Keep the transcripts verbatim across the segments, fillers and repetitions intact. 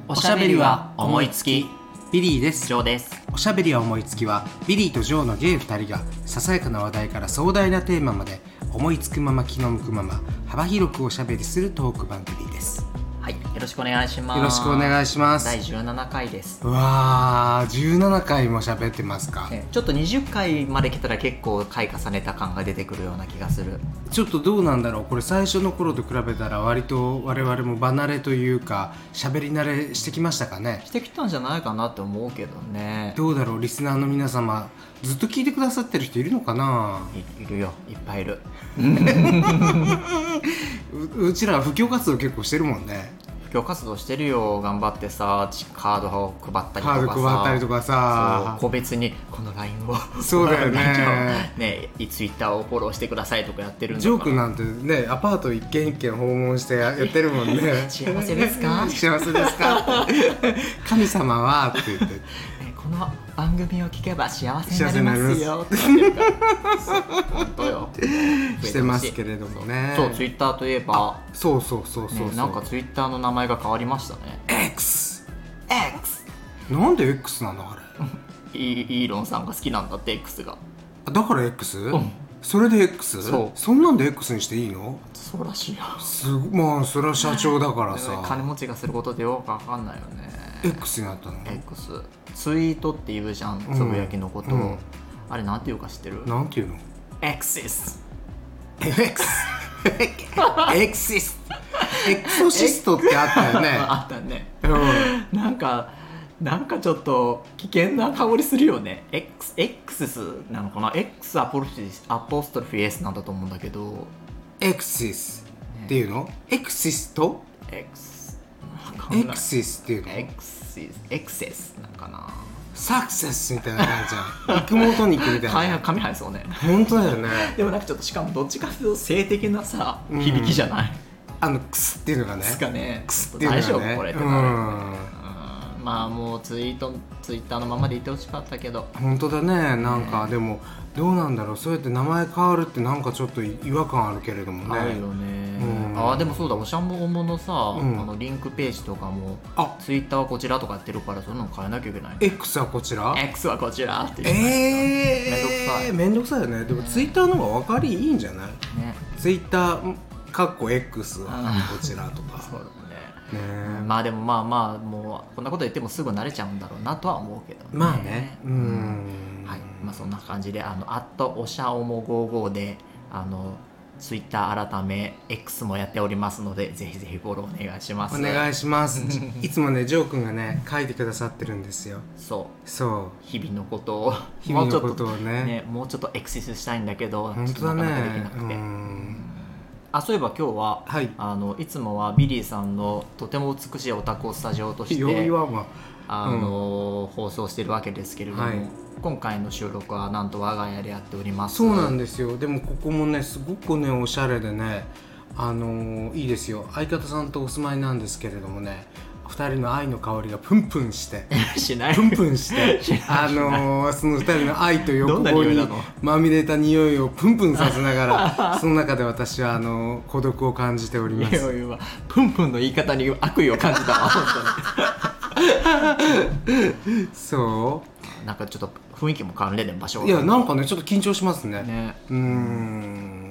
おしゃべりは思いつき。 ビリーです。 ジョーです。 おしゃべりは思いつきはビリーとジョーのゲイふたりがささやかな話題から壮大なテーマまで思いつくまま気の向くまま幅広くおしゃべりするトーク番組です。 はい、よろしくお願いします。 よろしくお願いします。 だいじゅうななかいです。 うわー、じゅうななかいも喋ってますか。 ね、ちょっとにじゅっかいまで来たら結構回重ねた感が出てくるような気がする。 ちょっとどうなんだろう、これ最初の頃と比べたら割と我々も離れというか喋り慣れしてきましたかね。 してきたんじゃないかなって思うけどね。 どうだろう、リスナーの皆様ずっと聞いてくださってる人いるのかな。 い, いるよ、いっぱいいるう, うちら布教活動結構してるもんね。 布教活動してるよ、頑張ってさ、カードを配ったりとかさ、 カード配ったりとかさ、 個別にこの ライン をそうだよねね、ツイッターをフォローしてくださいとかやってるんだから。 ジョー君なんてね、アパート一軒一軒訪問してやってるもんね幸せですか幸せですか神様はって言ってこの番組を聞けば幸せになりますよって言ってるから本当よしてますけれどもね。 そう、ツイッターといえば、 そうそうそうそうそう、 ね、なんかツイッターの名前が変わりましたね。 X X なんで X なのあれイーロンさんが好きなんだって、 X が。 だから X？、 うん、 それで X？ そう、 そんなんで X にしていいの？ そうらしいよ。 すごまあそれは社長だからさ金持ちがすることでよくわかんないよね。 X になったの？ X ツイートって言うじゃん、つぶやきのことを、うん、あれなんていうか知ってる？ なんていうの？ X Xエクシスエクソシストってあったよねあったね、 うん、 なんかなんかちょっと危険な香りするよね。 X, X なのかな。 X アポストロフィー S なんだと思うんだけど、 エクシスっていうの？エクシスト X エクシスっていうの？ エクシスエクセスなんかな。 サクセスみたいな感じじゃん育毛トニックみたいな髪生えそうね。 本当だよねでもなんかちょっと、しかもどっちかというと性的なさ、うん、響きじゃない？あのクスっていうのがね、 クスかね、 クスっていうのがね、 大丈夫これってなる、 うん、 まあもうツイートツイッターのままでいてほしかったけど。 本当だね。なんか、ね、でもどうなんだろう、そうやって名前変わるってなんかちょっと違和感あるけれどもね。 あるよね、うん、ああでもそうだ、おしゃもものさ、うん、あのリンクページとかもツイッターはこちらとかやってるから、そういうの変えなきゃいけない。 X はこちら X はこちらっていう。 えー、 めんどくさい。 めんどくさいよね。でもツイッターの方が分かりいいんじゃない、ね、ツイッターかっこ X はこちらとかそうだね。 ね、 まあでもまあまあもうこんなこと言ってもすぐ慣れちゃうんだろうなとは思うけどね。 まあね、うん、 はい、まあそんな感じで、あのアットおしゃおもごじゅうごであのツイッター改め X もやっておりますので、ぜひぜひフォローお願いします。 お願いしますいつもね、ジョー君がね書いてくださってるんですよ。 そうそう日々のことを日々のことを ね, ねもうちょっとエクセスしたいんだけど、 本当だね、 なかなかできなくて、うん、あ、そういえば今日は、 はい、 あのいつもはビリーさんのとても美しいお宅をスタジオとしてあの、うん、放送してるわけですけれども、はい、今回の収録はなんと我が家でやっております。 そうなんですよ。でもここもねすごくねおしゃれでね、あのー、いいですよ。相方さんとお住まいなんですけれどもね、ふたりの愛の香りがプンプンしてしないプンプンしてあのー、そのふたりの愛と欲望にまみれた匂いをプンプンさせながらその中で私はあのー、孤独を感じております。 匂いはプンプンの言い方に悪意を感じたわ本当にそうなんかちょっと雰囲気も変わるね、場所が。 いや、なんかねちょっと緊張しますね。 ね、 うーん、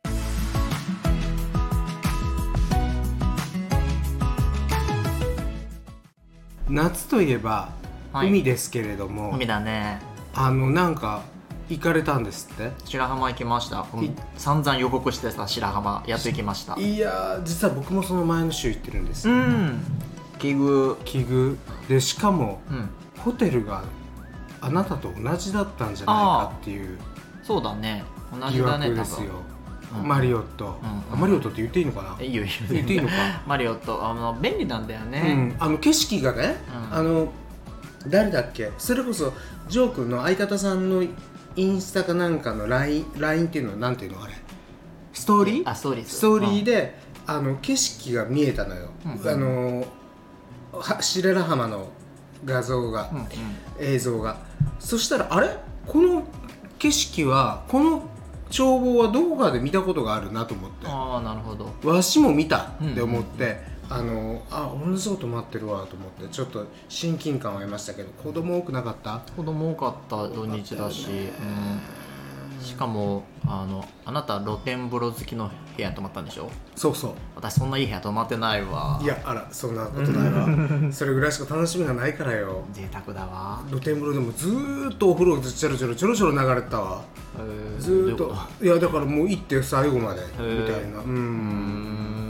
夏といえば海ですけれども、 はい、海だね。 あのなんか行かれたんですって？ 白浜行きました、うん、散々予告してさ、白浜やっと行きました。 いや実は僕もその前の週行ってるんですよ。 うん、奇遇奇遇で、しかも、 うん、 ホテルがあなたと同じだったんじゃないかっていう。 そうだね、同じだね、 疑惑ですよ、うん、マリオット、うん、マリオットって言っていいのかな？ いいよいいよ、 言っていいのかマリオットあの便利なんだよね、 うん、あの景色がね、うん、あの誰だっけ、それこそジョー君の相方さんのインスタかなんかの ライン, ラインっていうのはなんていうのあれ、ストーリー？ あ、ストーリーストーリーで、うん、あの景色が見えたのよ、うん、あの白良浜の画像が、うんうん、映像が。そしたらあれ、この景色はこの眺望はどこかで見たことがあるなと思って、 ああ、なるほど、 わしも見たって思って、 あのあ同じこと待ってるわと思ってちょっと親近感を得ましたけど、子供多くなかった？ 子供多かった土日だし、うん、しかもあのあなた露天風呂好きの部屋に泊まったんでしょ？ そうそう。 私そんないい部屋泊まってないわ。 いや、あら、そんなことないわそれぐらいしか楽しみがないからよ。 贅沢だわ。 露天風呂でもずーっとお風呂ちょろちょろちょろちょろ流れてたわ。ずーっと。いやだからもう行って最後までみたいな。うん。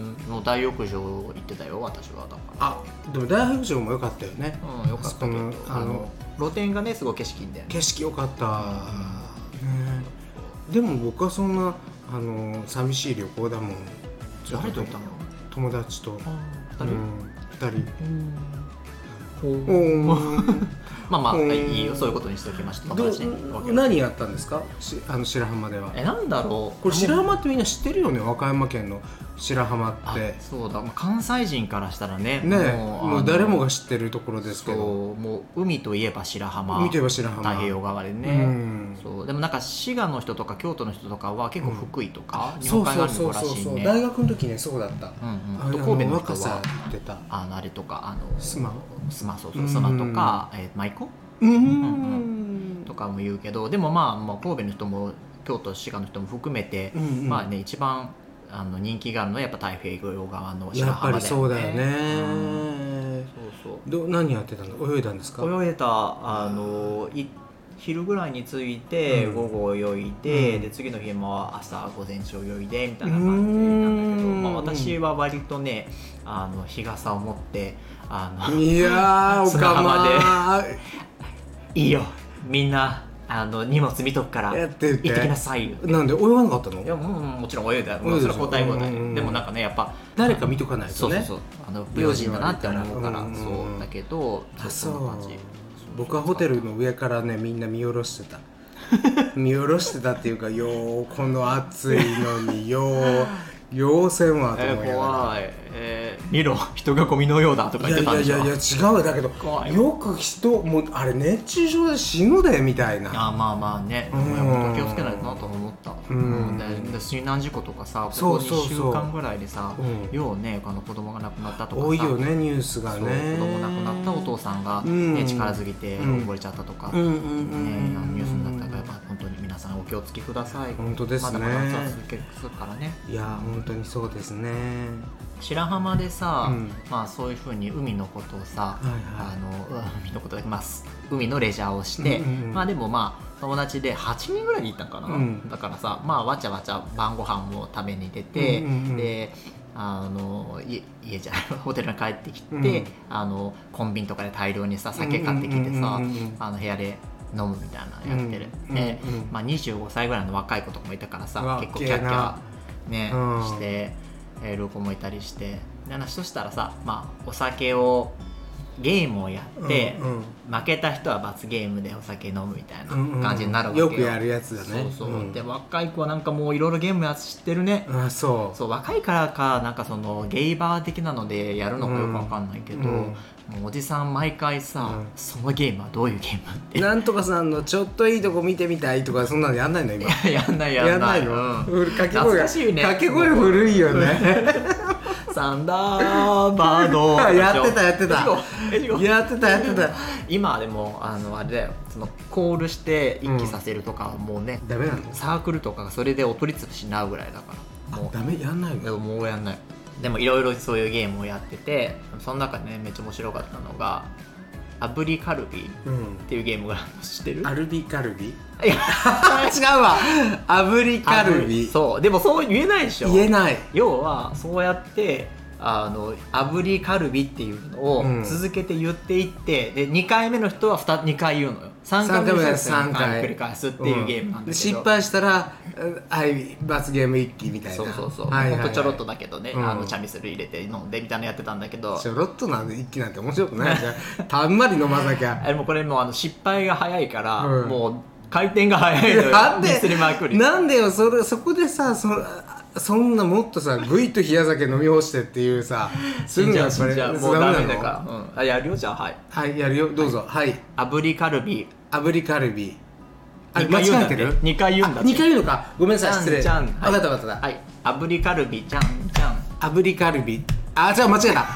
もう大浴場行ってたよ私は。だからあ、でも大浴場も良かったよね。 うん、良かったけど、あの露天がねすごい景色いいんだよね。 景色良かった、うんね、でも僕はそんなあの寂しい旅行だもん。 誰と行ったの？ 友達とふたり、うん、ふたり。 うんまあまあいいよ、そういうことにしておきました。 何やったんですか？あの白浜では。 え、なんだろう、 これ白浜ってみんな知ってるよね、和歌山県の白浜って。 そうだ、関西人からしたらね、 ねもう、もう誰もが知ってるところですけど。 そう、もう海といえば白浜、 海といえば白浜、 太平洋側でね、うん、そうでもなんか滋賀の人とか京都の人とかは結構福井とか、うん、日本海側の子らしいね。 大学の時ねそうだった、 うんうん、と神戸の人はあのあれとかあのスマスマそうそうスマとか、えー、舞妓うんうん、 とかも言うけど、でもまあ、まあ、神戸の人も京都滋賀の人も含めて、うんうん、まあね一番あの人気があるのはやっぱ太平洋側の白浜だよね。 やっぱりそうだよね、うん、そうそう。ど何やってたの？泳いだんですか？ 泳いだあのい昼ぐらいに着いて、うん、午後泳いで、うん、で次の日も朝午前中泳いでみたいな感じなんだけど、まあ、私は割とねあの日傘を持ってあのいやーおかまでいいよみんなあの荷物見とくから行ってきなさいよ。 なんで泳がなかったの？ いやもうもちろん泳いだよ。もうそれは交代交代、うんうん、でもなんかねやっぱ誰か見とかないとね。 そうそうそう、あの不用心だなって思うから、うんうん、そうだけどそうそんな感じ。僕はホテルの上からねみんな見下ろしてた見下ろしてたっていうか、よーこの暑いのによー要せんわと思いながら、えー、 怖い、えー、見ろ人がゴミのようだとか言ってたんでしょ。 いやいやいや違うだけどよく人もうあれ熱中症で死ぬでみたいな。 あまあまあね、うん、本当気をつけないとなと思った、うんうん、でで水難事故とかさここにしゅうかんぐらいでさ、うん、ようねあの子供が亡くなったとかさ多いよねニュースがね。 子供亡くなったお父さんが、ねうん、力づぎて溺れちゃったとか、うんね、ニュースになったからやっぱ本当に皆さんお気をつけください。 本当ですね。 まだまだ夏は続けるからね。 いや本当にそうですね。 白浜でさ、うん、まあそういう風に海のことをさ、はいはい、あの海のことでます、海のレジャーをして、うんうん、まあでもまあ友達ではちにんぐらいで行ったんかな、うん、だからさまあわちゃわちゃ晩ご飯も食べに出て、うんうんうん、であの家, 家じゃないホテルに帰ってきて、うん、あのコンビニとかで大量にさ酒買ってきてさ、あの部屋で飲むみたいなのやってる、うん、で、うんうん、まあ、にじゅうごさいぐらいの若い子とかもいたからさ結構キャッキャね、うん、してえー、ロコもいたりして話としたらさ、まあ、お酒をゲームをやって、うんうん、負けた人は罰ゲームでお酒飲むみたいな感じになるわけよ、 うんうん、よくやるやつだね。 そうそう、 うん、 で若い子はなんかもういろいろゲームやつ知ってるね。 あそうそう若いからかなんかそのゲイバー的なのでやるのかよくわかんないけど、うんうん、もうおじさん毎回さ、うん、そのゲームはどういうゲームってなんとかさんのちょっといいとこ見てみたいとかそんなのやんないの今。 いややんないやんないやんないの、 うん、 掛け声が、ね、掛け声古いよねサンダーバードやってたやってたやってたやってた今でもあのあれだよ、そのコールして一気させるとかもうね、 うん、ダメなの？ サークルとかがそれでお取り潰しになるぐらいだからもうダメやんないの？ でももうやんない。でもいろいろそういうゲームをやってて、その中でねめっちゃ面白かったのが炙りカルビっていうゲームが知ってる？ アルビカルビ？ いや違うわ炙りカルビ。 そうでもそう言えないでしょ。 言えない。 要はそうやってあの炙りカルビっていうのを続けて言っていって、うん、でにかいめの人は 2, にかい言うのよ。さんかいめの人はさんかい繰り返すっていうゲームなんだけど、 失敗したらはい罰ゲーム一気みたいな。 そうそうそう、はいはいはい、ほんとちょろっとだけどね、うん、あのチャミスル入れて飲んでみたいなのやってたんだけど、 ちょろっとなんで一気なんて面白くないじゃんたんまり飲まなきゃでもこれもうあの失敗が早いから、うん、もう回転が早いのよ。 なんでなんでよそれそこでさそそんなもっとさぐいっと冷や酒飲み干してっていうさすぐやっぱりもうダメだから、うん、あやるよじゃあはいはいやるよどうぞはい、 炙りカルビ炙りカルビあ間違えてる？にかい言うんだってにかい言うのかごめんなさい失礼じゃん分かった分かったはい炙りカルビじゃんじゃん炙りカルビあじゃあ間違えた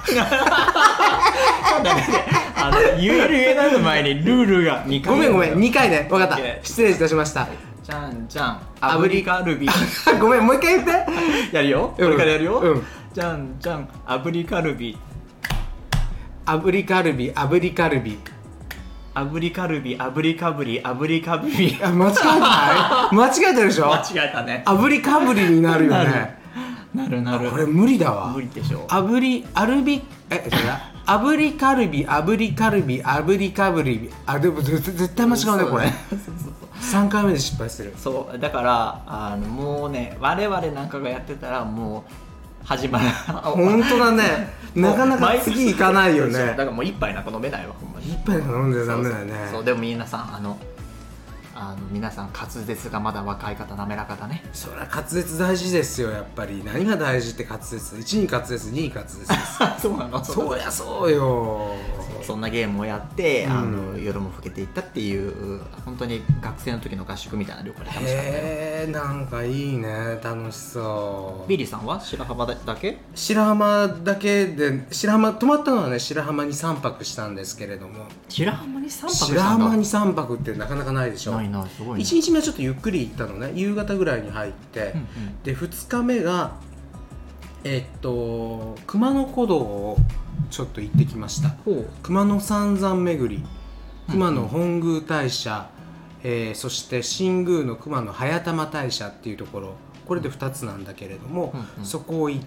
あの言える言えないの前にルールがにかい。 ごめんごめんにかいね。分かった、失礼いたしました。 じゃんじゃん炙りカルビごめんもう一回言ってやるよ、これからやるよ、 うん、 じゃんじゃん炙りカルビ炙りカルビ炙りカルビ炙りカルビ炙りかぶり炙りかぶりあ間違えたない間違えてるでしょ。 間違えたね。 炙りかぶりになるよね。 なるなる。 これ無理だわ。 無理でしょ。 炙りアルビえそれだ炙りカルビ炙りカルビ炙りかぶりあでも絶対間違うねこれ。さんかいめで失敗する。 そうだからあのもうね我々なんかがやってたらもう始まる。 本当だね。なかなか次行かないよね。 だからもう一杯なんか飲めないわほんまに。 一杯なんか飲んでダメだよね。 そうでも皆さんあのあの皆さん滑舌がまだ若い方滑らかだね。 そりゃ滑舌大事ですよやっぱり。何が大事って滑舌。いちに滑舌にに滑舌ですそうなの。 そりゃそうよ。 そんなゲームをやって、うん、あの夜も更けていったっていう本当に学生の時の合宿みたいな旅行で楽しかったよ。 へえなんかいいね楽しそう。 ビリーさんは白浜だけ白浜だけで白浜泊まったのはね白浜にさんぱくしたんですけれども。 白浜にさんぱくしたんだ。 だ。 白浜にさんぱくってなかなかないでしょ。 ないなすごい、ね、 いちにちめはちょっとゆっくり行ったのね。夕方ぐらいに入って、うんうん、でふつかめがえっと熊野古道をちょっと行ってきました。熊野三山巡り、熊野本宮大社、うんうんえー、そして新宮の熊野早玉大社っていうところ、これでふたつなんだけれども、うんうん、そこを行って、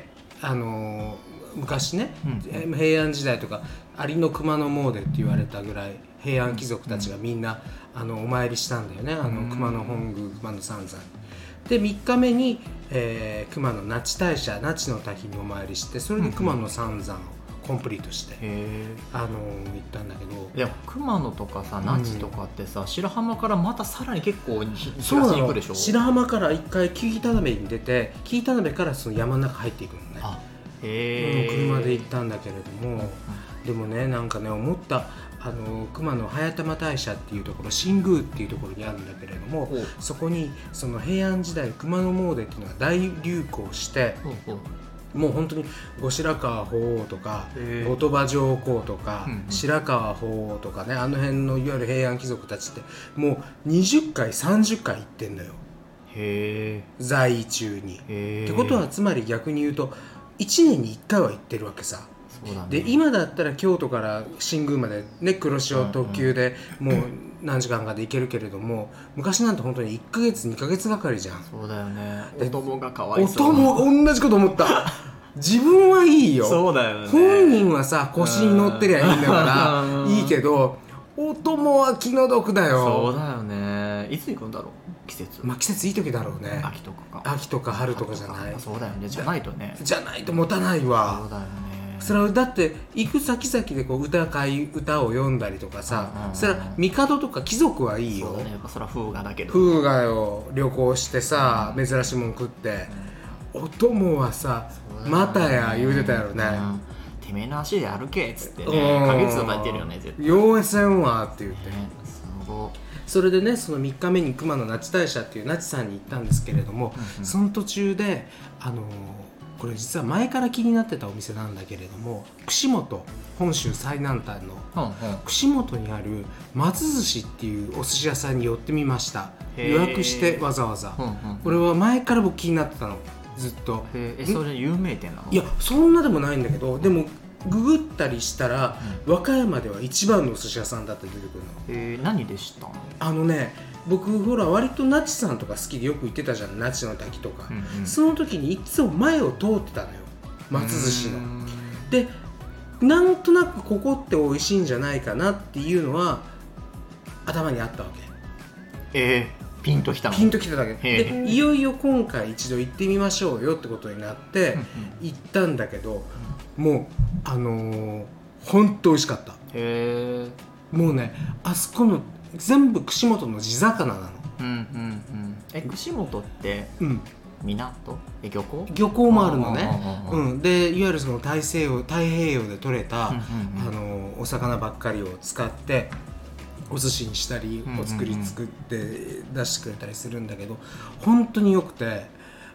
あのー、昔ね、うんうん、平安時代とか有野熊野詣って言われたぐらい平安貴族たちがみんな、うん、あのお参りしたんだよね。あの熊野本宮熊野三山でみっかめに、えー、熊野那智大社那智の滝にお参りして、それで熊野三山をコンプリートして、うん、あのー、行ったんだけど。 いや熊野とかさ那智とかってさ、うん、白浜からまたさらに結構東に行くでしょ。 白浜から一回紀伊田辺に出て紀伊田辺からその山の中入っていくのね。あへー、車で行ったんだけれども、うんうん、でもねなんかね思ったあの熊野早玉大社っていうところ新宮っていうところにあるんだけれども、そこにその平安時代熊野詣っていうのが大流行して、もう本当に後白河法皇とか後鳥羽上皇とか、うんうん、白河法皇とかねあの辺のいわゆる平安貴族たちってもうにじゅっかいさんじゅっかい行ってんのよ。へー在位中に。ってことはつまり逆に言うといちねんにいっかいは行ってるわけさ。そうだね、で今だったら京都から新宮までね黒潮特急でもう何時間かで行けるけれども、昔なんて本当にいっかげつにかげつがかりじゃん。 そうだよね。お供がかわいそう。 お供同じこと思った自分はいいよ。 そうだよね。 本人はさ腰に乗ってりゃいいんだからいいけどお供は気の毒だよ。 そうだよね。いつ行くんだろう季節。 まあ季節いい時だろうね。 秋とかか秋とか春とかじゃない。 そうだよね。じゃないとねじゃないと持たないわ。そうだよね。それはだって行く先々でこう歌会歌を読んだりとかさ、うんうんうん、それは帝とか貴族はいいよ。 そうだね。やっぱそれは風雅だけど風雅よ。旅行してさ、うん、珍しいもん食って、うん、お供はさ、ね、またや言うてたやろね、うん、 てめえの足で歩けっつってね影つ叩いてるよね絶対。 ようせんわって言って、ね、 すごい。 それでねそのみっかめに熊野那智大社っていう那智さんに行ったんですけれども、うんうん、その途中であのーこれ実は前から気になってたお店なんだけれども、串本本州最南端の串本にある松寿司っていうお寿司屋さんに寄ってみました。予約してわざわざ、うんうん、これは前から僕気になってたのずっと。 えそれ有名店なの？ いやそんなでもないんだけど、でもググったりしたら、うん、和歌山では一番のお寿司屋さんだって出てくるの。 えー、何でしたの？ あのね僕ほら割と那智さんとか好きでよく行ってたじゃん那智の滝とか、うんうん、その時にいつも前を通ってたのよ松寿司の。でなんとなくここって美味しいんじゃないかなっていうのは頭にあったわけ。 えー、ピンときたの？ ピンときただけで、いよいよ今回一度行ってみましょうよってことになって行ったんだけど、もうあのー、ほんと美味しかった。へー。もうねあそこの全部串本の地魚なの。うんうんうん。 え串本って、うん、港？え漁港？ 漁港もあるのね。うん。でいわゆるその大西洋太平洋で取れた、うんうんうん、あのお魚ばっかりを使ってお寿司にしたりお作り作って出してくれたりするんだけど、本当によくて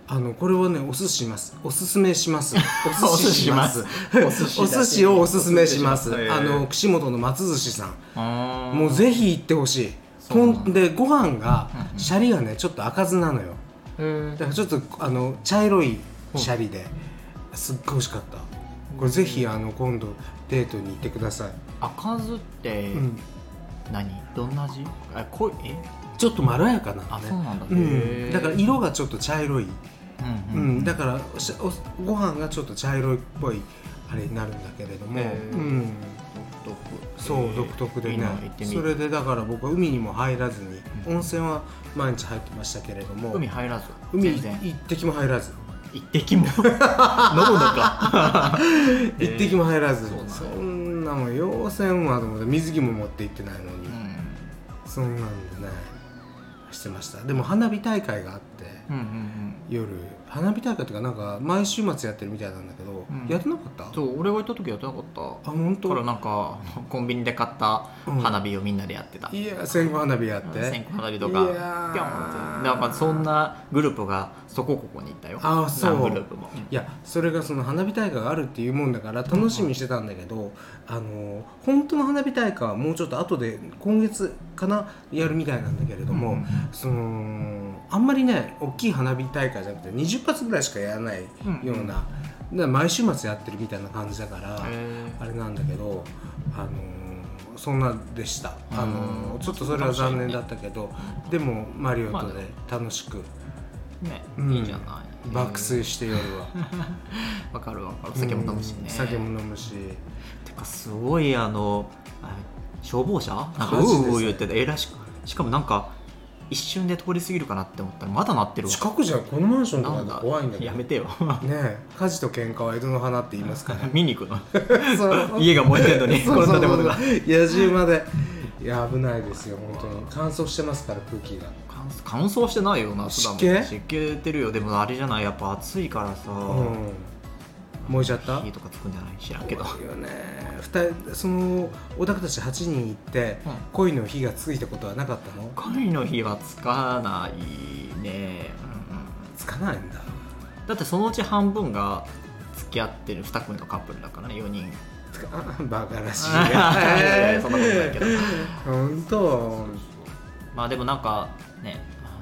あのこれをねおすすしますおすすめしますおすすしますお寿司をおすすめします。あの串本の松寿司さんもうぜひ行ってほしい。ほんでご飯がシャリがねちょっと赤酢なのよ。だからちょっとあの茶色いシャリですっごい美味しかった。これぜひあの今度デートに行ってください。 赤酢って何、どんな味？あ、濃い？え？ ちょっとまろやかなのね。 あ、そうなんだ。 うん、だから色がちょっと茶色い。 うんうんうん、 だからおご飯がちょっと茶色いっぽいあれになるんだけれども、うん、 独特。 そう独特でね。それでだから僕は海にも入らずに、うん、温泉は毎日入ってましたけれども、 海入らず、 海一滴も入らず。 一滴も飲むのか一滴も入らず、そんなもん妖精はと思って水着も持って行ってないのに、うん、そんなんでねしてました。でも花火大会があって、うんうんうん、夜花火大会とかなんか毎週末やってるみたいなんだけど、うん、やってなかった？ そう、俺が行った時やってなかった。あ、 本当？ だからなんかコンビニで買った花火をみんなでやってた、 うん、いや線香花火やって線香花火とかピョンってなんかそんなグループがそこここに行ったよ。 あ、そう。 グループも、うん、 いやそれがその花火大会があるっていうもんだから楽しみにしてたんだけど、うん、あの本当の花火大会はもうちょっと後で今月かなやるみたいなんだけれども、うんうん、そのあんまりね大きい花火大会じゃなくてにじゅっ発ぐらいしかやらないような、うんうん、毎週末やってるみたいな感じだからあれなんだけど、あのそんなでした。あのちょっとそれは残念だったけど、でもマリオットで楽しく、 ね、うん、いいじゃない。 爆睡して夜はわかるわかる。酒も飲むしね、うん、 酒も飲むし。 てかすごいあの消防車なんかううう言ってて、えらしく、しかもなんか一瞬で通り過ぎるかなって思ったらまだ鳴ってるわ。 近くじゃん。このマンションとかで怖いんだけど。 やめてよねえ、火事と喧嘩は江戸の花って言いますから見に行くの家が燃えてるのにこの建物が野じ馬で。いや危ないですよ本当に。乾燥してますから空気が。 乾燥してないよ夏だもん。 湿気？ 湿気てるよ。でもあれじゃない、やっぱ暑いからさ、うん、 燃えちゃった？ 火とかつくんじゃない？知らんけど。 怖いよね。二人そのオタクたちはちにん行って、うん、恋の火がついたことはなかったの？ 恋の火はつかないね、 うんうん、つかないんだ。 だってそのうち半分が付き合ってるに組のカップルだからね、よにん。 バカらしいねそんなことないけど本当。まあでもなんかね、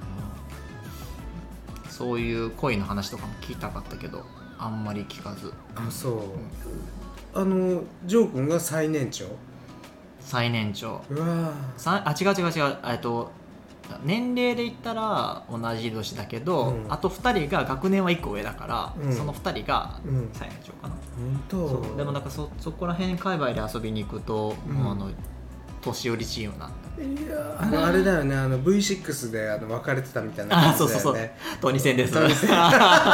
あのそういう恋の話とかも聞きたかったけどあんまり聞かず。 あ、そう、うん、あのジョー君が最年長？ 最年長。 うわさあ違う違う違う、えっと年齢で言ったら同じ年だけど、うん、あとふたりが学年はいっこ上だから、うん、そのふたりが最年長かな、 うん、本当。 でもなんか そ, そこら辺界隈で遊びに行くと、うん、あの年寄りチームなんだ。 いやあのあれだよね、あの ブイシックス であの別れてたみたいな感じだよね。あ、そうそうそう、 トニセンです。トニセントゥ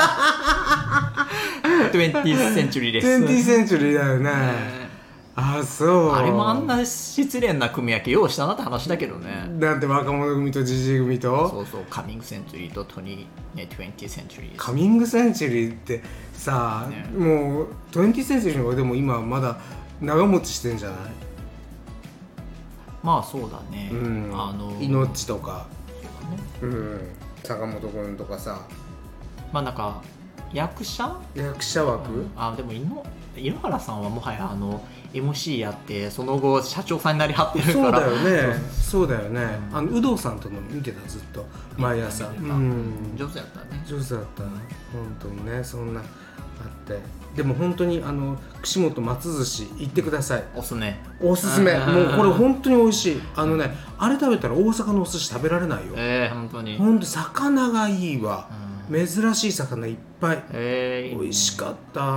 エンティーセンチュリーです。 トゥエンティーセンチュリーだよね。あ、そう。 あれもあんな失恋な組み分けようしたなって話だけどね。 なんて若者組とジジイ組と。 そうそう、カミングセンチュリーとトニー、ね、トゥエンティーセンチュリー。 カミングセンチュリーってさ、ね、もうトゥエンティーセンチュリーの方がでも今まだ長持ちしてんじゃない？ まあそうだね、うん、 あの命とか、そうだね、うん、坂本君とかさ、 まあなんか役者役者枠、うん、 あでも井ノ、井ノ原さんはもはやあの エムシー やってその後社長さんになりはってるから。 そうだよね、そうだよね、うん、あの有働さんとの見てたずっと毎朝、うん、 上手やったね。 上手だった本当にね。そんなあってでも本当にあの串本松寿司行ってください。 おすすめおすすめ。もうこれ本当に美味しい。あのね、あれ食べたら大阪のお寿司食べられないよ。 えー、本当に本当魚がいいわ、うん、珍しい魚いっぱい、 えー、 美味しかった。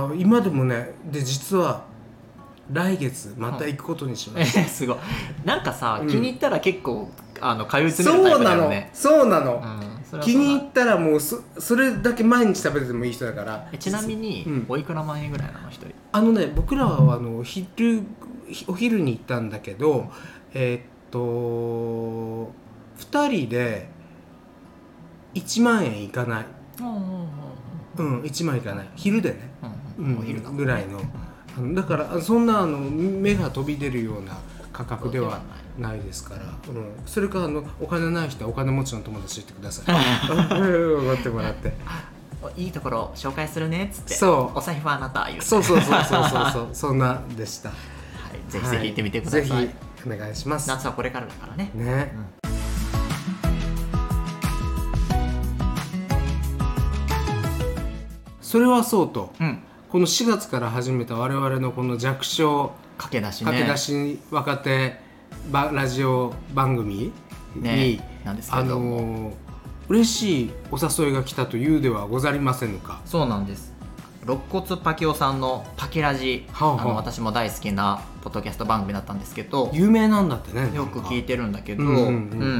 今でもね、で実は来月また行くことにしました、 うん、えー、すごい。なんかさ、うん、気に入ったら結構あの通い詰めるタイプだよね。 そうなの、そうなの、うん気に入ったらもう そ, それだけ毎日食べててもいい人だから。 えちなみに、うん、おいくら万円ぐらいなの一人？ あのね、僕らはあの昼お昼に行ったんだけど、えー、っとふたりでいちまんえんいかない。うん、いちまんいかない。昼でね、うんうん、お昼ぐらいの。だからそんなあの目が飛び出るような価格ではないですから、うん、それからあのお金ない人はお金持ちの友達と言ってください。おごってもらって。 いいところ紹介するねっつって、 そうお財布はあなた言うて、 そうそうそうそうそうそうそんなでした。はい、ぜひぜひ行ってみてください。 ぜひお願いします。 夏はこれからだからね。 ね、うん、それはそうと、うん、このしがつから始めた我々のこの弱小駆け出し、ね、 駆け出し若手ラジオ番組に、 ね、なんですけども、あの嬉しいお誘いが来たというではござりませぬか。 そうなんです。肋骨パキオさんのパキラジ、はあはあ、あの私も大好きなポッドキャスト番組だったんですけど、 有名なんだってね。 よく聞いてるんだけど、うんうんうんうん、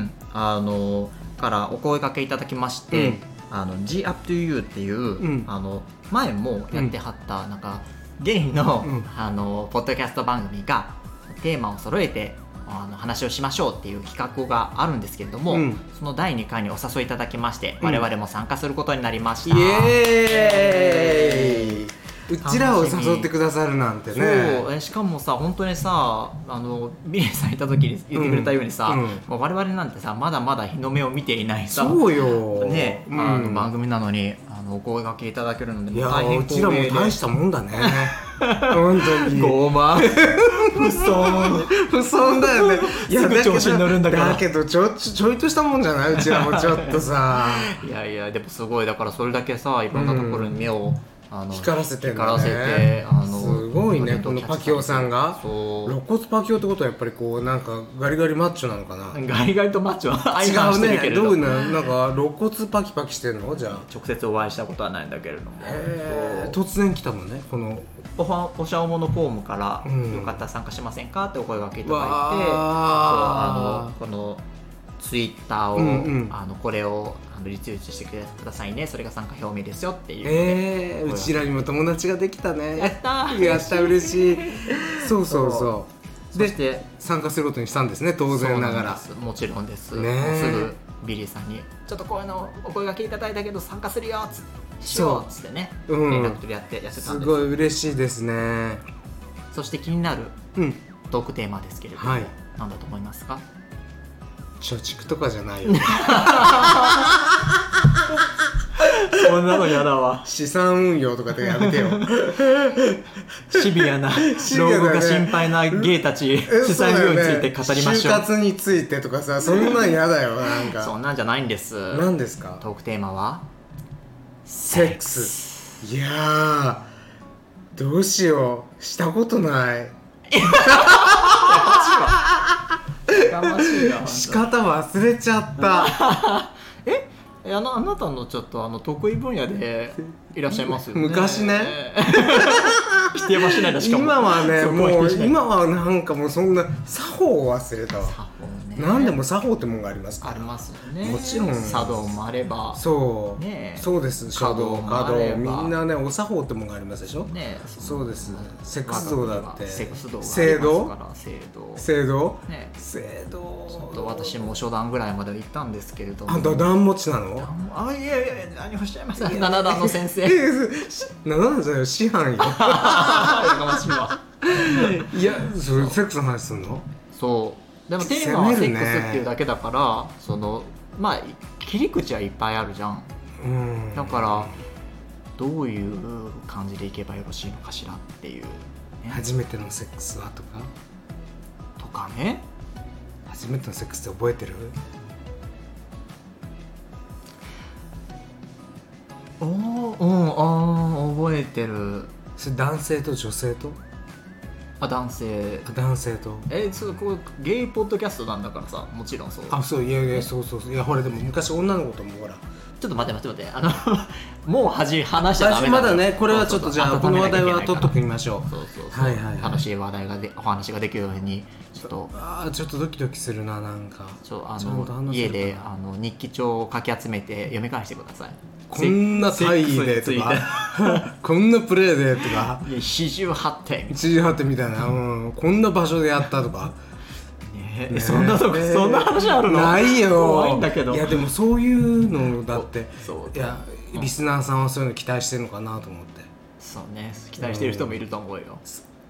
あのからお声掛けいただきまして、うん、あの G Up to You っていう、うん、あの前もやってはった、うん、なんかゲイの、うん、あのポッドキャスト番組がテーマを揃えてあの話をしましょうっていう企画があるんですけれども、うん、そのだいにかいにお誘いいただきまして、うん、我々も参加することになりました。 イエーイ。うちらを誘ってくださるなんてね。 そう、しかもさ、本当にさ、あのビリーさんいた時に言ってくれたようにさ、うんうん、我々なんてさまだまだ日の目を見ていないさ、 そうよ、 ね、うん、あの番組なのにあのお声掛けいただけるので、 いや大変光栄で、うちらも大したもんだね本当にごま不遜不遜だよね。 いやすぐ調子に乗るんだから。 だけどちょちょいとしたもんじゃない、うちらもちょっとさいやいや、でもすごい、だからそれだけさいろんなところに目を、うんあの光らせてるんだね。 光らせて、あのすごいね、このパキオさんが。肋骨パキオってことはやっぱりこうなんかガリガリマッチョなのかな。 ガリガリとマッチョは相反してるけれど、違うね。どういうの、なんか肋骨パキパキしてるのじゃあ。 直接お会いしたことはないんだけれども、 えー、突然来たもんね、このおはおしゃおものフォームから、うん、よかったら参加しませんかってお声掛けいただいて、あのこのツイッターを、うんうん、あのこれをあのリツイートしてくださいね、それが参加表明ですよっていう、 えー、うちらにも友達ができたね。 やったー、 やった嬉しいそうそうそうで、そして参加することにしたんですね、当然ながら。 もちろんです、ね、もうすぐビリーさんにちょっとこういうのお声掛けいただいたけど参加するよっつってしようっつってね、うん、連絡取り合ってやってたんです。 すごい嬉しいですね。 そして気になるトークテーマですけれども、はい、何だと思いますか？ 貯蓄とかじゃないよそんなのやだわ。 資産運用とかでやめてよシビアな老後が心配なゲイたち、資産運用について語りましょう。 就活についてとかさ、そんなんやだよなんかそんなんじゃないんです。 何ですか？ トークテーマはセックス。いやーどうしよう、したことない仕方忘れちゃったえあのあなたのちょっとあの得意分野でいらっしゃいますよね。 昔ね否定はしないだしかも今はね、もう今はなんかもうそんな作法を忘れたわ。作法ね、何でも作法ってもんがありますから。 ありますよね。 もちろん茶道もあれば、 そうね、 そうです。茶道華道みんなね、お作法ってもんがありますでしょ。ね、そうです。セックス道だってセックス道聖堂聖堂聖堂ね、 聖堂ちょっと私も初段ぐらいまで行ったんですけれども。 あんた段持ちなの？ あ、いやいや何をおっしゃいます。七段の先生七段じゃないよ、師範よいや、それセックスの話すんの？そうでもテーマはセックスっていうだけだから、そのまあ切り口はいっぱいあるじゃん。うん、だからどういう感じでいけばよろしいのかしらっていう、 ね、初めてのセックスはとかとかね。 初めてのセックスって覚えてる？ おー、うん、あ覚えてる。 それ男性と女性と？ あ、男性。 男性と。 え、そうこうゲイポッドキャストなんだからさ、もちろんそう。 あ、そう、いやいや、そうそうそう。いや、ほらでも昔女の子ともほら。 ちょっと待って待って待って、あのもうはじ話しちゃダメだ。 まだね、これはちょっとじゃあこの話題は取っときましょう。 そうそうそう。はいはいはい、楽しい話題がでお話ができるようにちょっと。 ああ、ちょっとドキドキするな、なんか。 ちょあの家であの日記帳を書き集めて読み返してください。 こんな体位でとかこんなプレーでとか四十八点四十八点みたいな、うん、こんな場所でやったとかねえ、そんなとこ、そんな話あるの？ ないよ。 怖いんだけど。 いやでもそういうのだっていやリスナーさんはそういうの期待してるのかなと思って。 そうね、期待してる人もいると思うよ。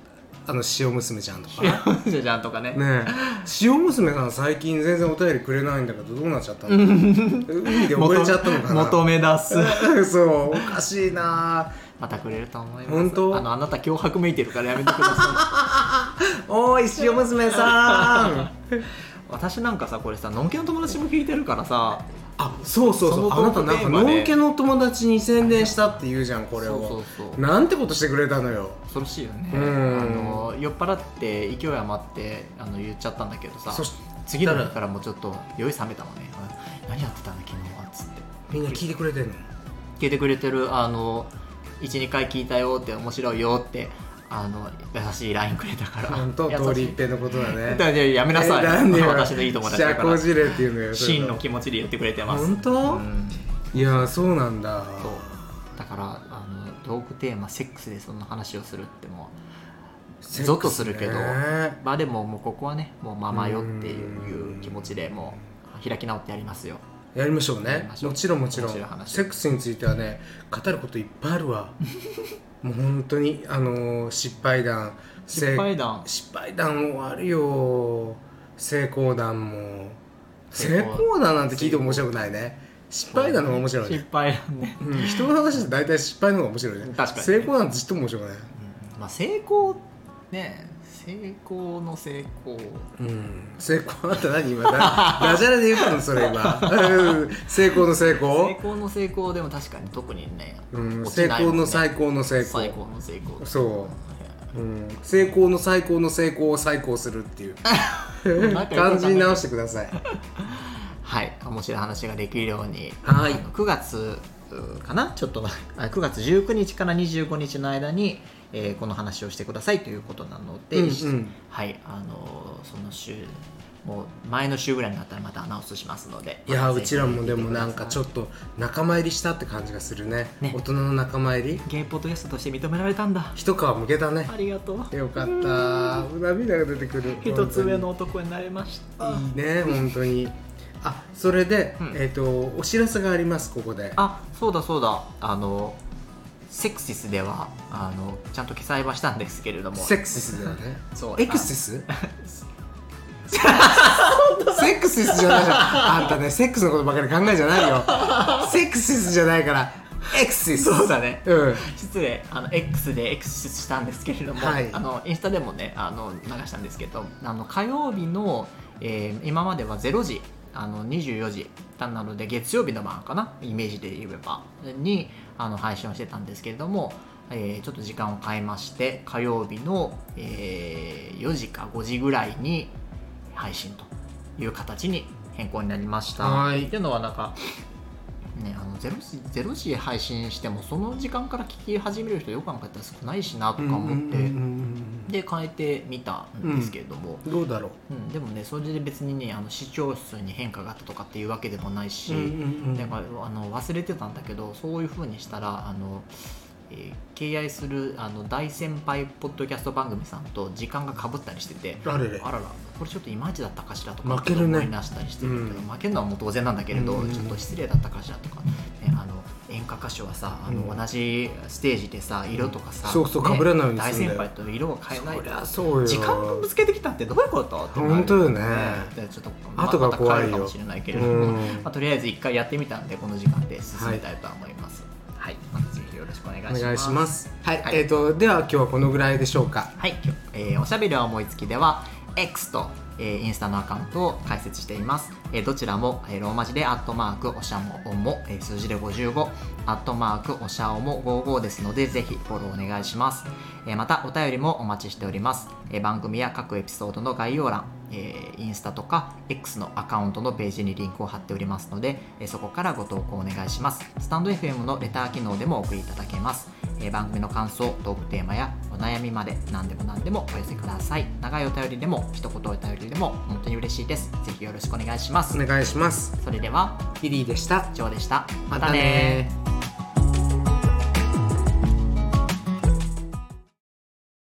あの塩娘ちゃんとか塩娘ちゃんとかねねえ塩娘さん最近全然お便りくれないんだけどどうなっちゃったの海で溺れちゃったのかな求め出すそうおかしいなまたくれると思います。 本当？ あのあなた脅迫めいてるからやめてくださいおーい塩娘さん私なんかさこれさのんけの友達も聞いてるからさあそうそうそうあなたなんかのんけの友達に宣伝したって言うじゃんこれを。そうそうそうなんてことしてくれたのよ。 恐ろしいよね。あの酔っ払って勢い余ってあの言っちゃったんだけどさ次の日からもうちょっと酔い冷めたもんね。何やってたんだ昨日はっつって。 みんな聞いてくれてるの？ 聞いてくれてる。あの いち,に 回聞いたよって面白いよってあの優しい ライン くれたから本当通り一遍のことだね。 だやめなさい、えー、なんで私のいい友達だから社交辞令っていうのよ真の気持ちで言ってくれてます。 本当、うん、いやそうなんだ。 そうだからあのトークテーマセックスでその話をするってもうゾッとするけど、まあでももうここはねもうママよっていう気持ちでもう開き直ってやりますよ。 やりましょうね。もちろんもちろんセックスについてはね語ることいっぱいあるわもう本当にあのー、失敗談失敗談失敗談もあるよ。成功談も成功談なんて聞いても面白くないね。失敗談の方が面白いね。 失敗談ね、 うん、人の話って大体失敗の方が面白いね。 確かに成功なんてちっとも面白くない、 うんまあ、成功ね成功の成功、 うん、成功あった何今ダジャレで言ったのそれ今成功の成功成功の成功でも確かに特にね、 うん、成功の最高の成功最高の成功そう、うん、成功の最高の成功を再考するっていう感じに直してくださいはい面白い話ができるように、 はい、 くがつかなちょっとくがつじゅうくにちからにじゅうごにちの間に、えー、この話をしてくださいということなので、うんうん、はいあのー、その週もう前の週ぐらいになったらまたアナウンスしますので。 いやうちらもでもなんかちょっと仲間入りしたって感じがする ね, ね大人の仲間入りゲイポッドキャストとして認められたんだ。 一皮むけたね。 ありがとう。 よかった涙が出てくる。 一つ上の男になれました。 いいね本当にあそれで、うんえー、とお知らせがありますここで。 あそうだそうだあのセクシスではあのちゃんと記載はしたんですけれどもセクシスだよねそうエクシスセックシスじゃないじゃんあんたねセックスのことばかり考えじゃないよセクシスじゃないからエクシスそうだね、 うん、 失礼あの X でエクシスしたんですけれども、はい、あのインスタでもねあの流したんですけどあの火曜日の、えー、今まではれいじあのにじゅうよじなので月曜日の晩かなイメージで言えばにあの配信をしてたんですけれども、えー、ちょっと時間を変えまして火曜日の、えー、よじかごじぐらいに配信という形に変更になりました。 はいっていうのはなんかね、あの ゼロじ、ゼロじ配信してもその時間から聞き始める人よく考えたら少ないしなとか思ってで変えてみたんですけれども、 うん、どうだろう、うん、でもねそれで別にねあの視聴数に変化があったとかっていうわけでもないし、うんうんうん、なんかあの忘れてたんだけどそういう風にしたらあの、えー、敬愛するあの大先輩ポッドキャスト番組さんと時間がかぶったりしててあれれあららこれちょっといまいちだったかしらとか負けるね思い出したりしてるけど、うん、負けるのはもう当然なんだけれど、うん、ちょっと失礼だったかしらとか、ね、あの演歌歌手はさあの、うん、同じステージでさ色とかさ、 うん、そうそう被らないようにするんだよ。大先輩と色を変えないとそりゃそうよ時間をぶつけてきたってどういうことって本当よね、 でちょっと後が怖いよ、 また変えるかもしれないけれども、うんまあ、とりあえず一回やってみたんでこの時間で進めたいと思います。はい、はい、またぜひよろしくお願いします。 お願いします。はい、はい、えーとでは今日はこのぐらいでしょうか。 はい、えー、おしゃべりは思いつきでは X とえー、インスタのアカウントを開設しています、えー、どちらも、えー、ローマ字でアットマークおしゃもおも、えー、数字でごじゅうごアットマークおしゃおもごじゅうごですのでぜひフォローお願いします、えー、またお便りもお待ちしております、えー、番組や各エピソードの概要欄、えー、インスタとか X のアカウントのページにリンクを貼っておりますので、えー、そこからご投稿お願いします。スタンド エフエム のレター機能でもお送りいただけます、えー、番組の感想トークテーマやお悩みまで何でも何でもお寄せください。長いお便りでも一言お便りでも本当に嬉しいです。ぜひよろしくお願いします。 お願いします。 それではリリーでした。 ジョーでした。 またね。